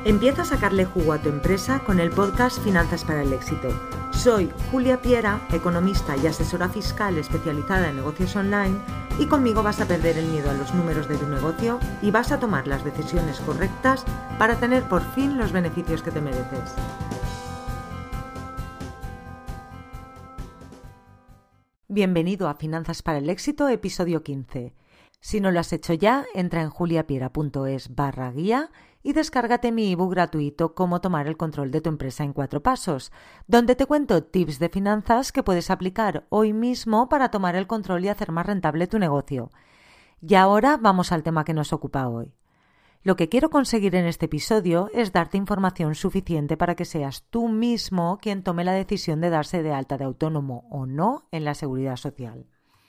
Empieza a sacarle jugo a tu empresa con el podcast Finanzas para el Éxito. Soy Julia Piera, economista y asesora fiscal especializada en negocios online, y conmigo vas a perder el miedo a los números de tu negocio y vas a tomar las decisiones correctas para tener por fin los beneficios que te mereces. Bienvenido a Finanzas para el Éxito, episodio 15. Si no lo has hecho ya, entra en juliapiera.es/guía y descárgate mi ebook gratuito Cómo tomar el control de tu empresa en 4 pasos, donde te cuento tips de finanzas que puedes aplicar hoy mismo para tomar el control y hacer más rentable tu negocio. Y ahora vamos al tema que nos ocupa hoy. Lo que quiero conseguir en este episodio es darte información suficiente para que seas tú mismo quien tome la decisión de darse de alta de autónomo o no en la Seguridad Social.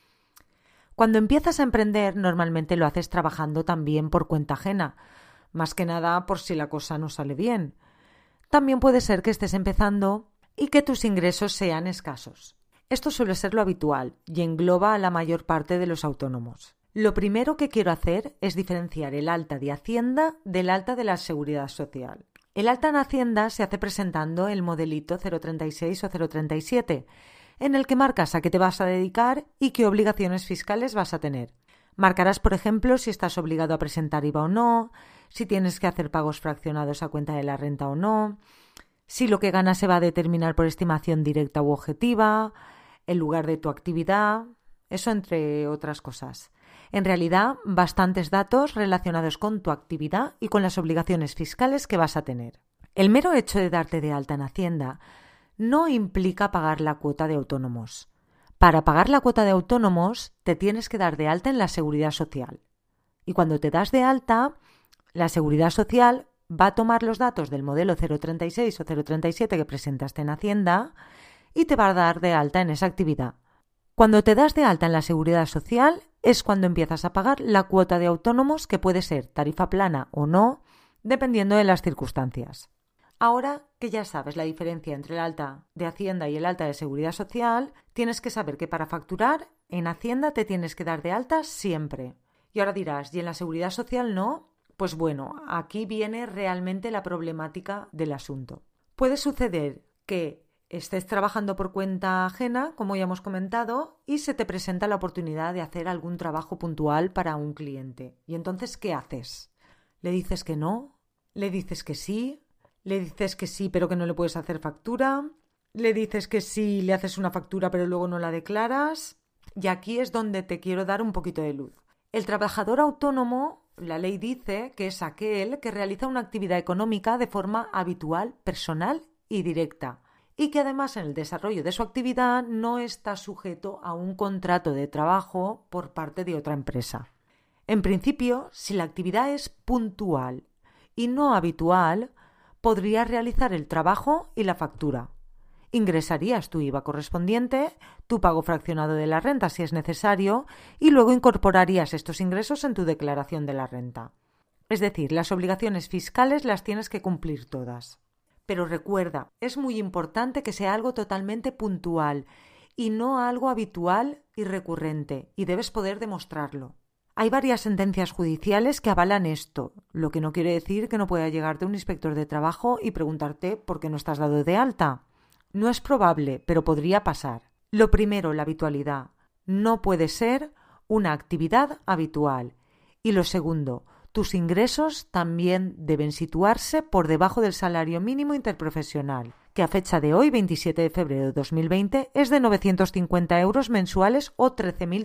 Cuando empiezas a emprender, normalmente lo haces trabajando también por cuenta ajena, más que nada por si la cosa no sale bien. También puede ser que estés empezando y que tus ingresos sean escasos. Esto suele ser lo habitual y engloba a la mayor parte de los autónomos. Lo primero que quiero hacer es diferenciar el alta de Hacienda del alta de la Seguridad Social. El alta en Hacienda se hace presentando el modelito 036 o 037, en el que marcas a qué te vas a dedicar y qué obligaciones fiscales vas a tener. Marcarás, por ejemplo, si estás obligado a presentar IVA o no, si tienes que hacer pagos fraccionados a cuenta de la renta o no, si lo que ganas se va a determinar por estimación directa u objetiva, el lugar de tu actividad, eso entre otras cosas. En realidad, bastantes datos relacionados con tu actividad y con las obligaciones fiscales que vas a tener. El mero hecho de darte de alta en Hacienda no implica pagar la cuota de autónomos. Para pagar la cuota de autónomos te tienes que dar de alta en la Seguridad Social. Y cuando te das de alta, la Seguridad Social va a tomar los datos del modelo 036 o 037 que presentaste en Hacienda y te va a dar de alta en esa actividad. Cuando te das de alta en la Seguridad Social es cuando empiezas a pagar la cuota de autónomos, que puede ser tarifa plana o no, dependiendo de las circunstancias. Ahora que ya sabes la diferencia entre el alta de Hacienda y el alta de Seguridad Social, tienes que saber que para facturar en Hacienda te tienes que dar de alta siempre. Y ahora dirás, ¿y en la Seguridad Social no? Pues bueno, aquí viene realmente la problemática del asunto. Puede suceder que estés trabajando por cuenta ajena, como ya hemos comentado, y se te presenta la oportunidad de hacer algún trabajo puntual para un cliente. ¿Y entonces qué haces? ¿Le dices que no? ¿Le dices que sí? ¿Le dices que sí pero que no le puedes hacer factura? ¿Le dices que sí, le haces una factura pero luego no la declaras? Y aquí es donde te quiero dar un poquito de luz. El trabajador autónomo, la ley dice que es aquel que realiza una actividad económica de forma habitual, personal y directa, y que además en el desarrollo de su actividad no está sujeto a un contrato de trabajo por parte de otra empresa. En principio, si la actividad es puntual y no habitual, podrías realizar el trabajo y la factura. Ingresarías tu IVA correspondiente, tu pago fraccionado de la renta si es necesario, y luego incorporarías estos ingresos en tu declaración de la renta. Es decir, las obligaciones fiscales las tienes que cumplir todas. Pero recuerda, es muy importante que sea algo totalmente puntual y no algo habitual y recurrente, y debes poder demostrarlo. Hay varias sentencias judiciales que avalan esto, lo que no quiere decir que no pueda llegarte un inspector de trabajo y preguntarte por qué no estás dado de alta. No es probable, pero podría pasar. Lo primero, la habitualidad. No puede ser una actividad habitual. Y lo segundo, tus ingresos también deben situarse por debajo del salario mínimo interprofesional, que a fecha de hoy, 27 de febrero de 2020, es de 950 euros mensuales o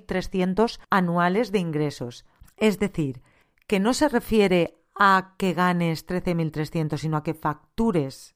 13.300 anuales de ingresos. Es decir, que no se refiere a que ganes 13.300, sino a que factures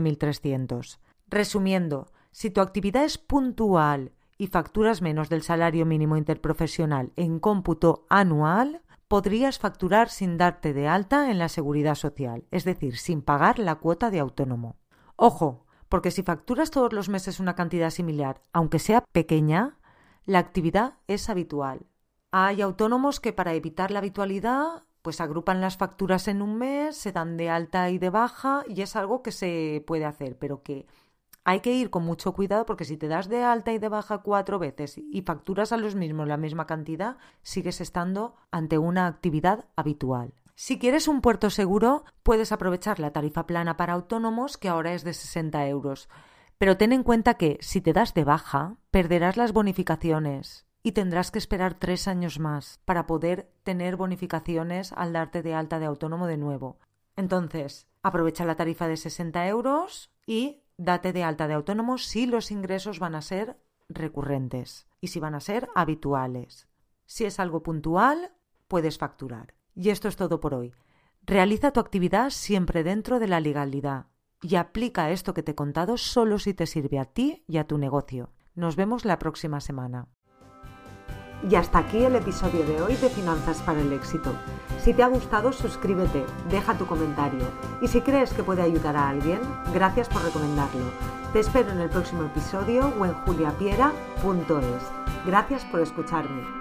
13.300. Resumiendo, si tu actividad es puntual y facturas menos del salario mínimo interprofesional en cómputo anual, podrías facturar sin darte de alta en la Seguridad Social, es decir, sin pagar la cuota de autónomo. Ojo, porque si facturas todos los meses una cantidad similar, aunque sea pequeña, la actividad es habitual. Hay autónomos que para evitar la habitualidad, pues agrupan las facturas en un mes, se dan de alta y de baja, y es algo que se puede hacer, pero que hay que ir con mucho cuidado, porque si te das de alta y de baja 4 veces y facturas a los mismos la misma cantidad, sigues estando ante una actividad habitual. Si quieres un puerto seguro, puedes aprovechar la tarifa plana para autónomos, que ahora es de 60 euros. Pero ten en cuenta que, si te das de baja, perderás las bonificaciones y tendrás que esperar 3 años más para poder tener bonificaciones al darte de alta de autónomo de nuevo. Entonces, aprovecha la tarifa de 60 euros y date de alta de autónomo si los ingresos van a ser recurrentes y si van a ser habituales. Si es algo puntual, puedes facturar. Y esto es todo por hoy. Realiza tu actividad siempre dentro de la legalidad y aplica esto que te he contado solo si te sirve a ti y a tu negocio. Nos vemos la próxima semana. Y hasta aquí el episodio de hoy de Finanzas para el Éxito. Si te ha gustado, suscríbete, deja tu comentario. Y si crees que puede ayudar a alguien, gracias por recomendarlo. Te espero en el próximo episodio o en juliapiera.es. Gracias por escucharme.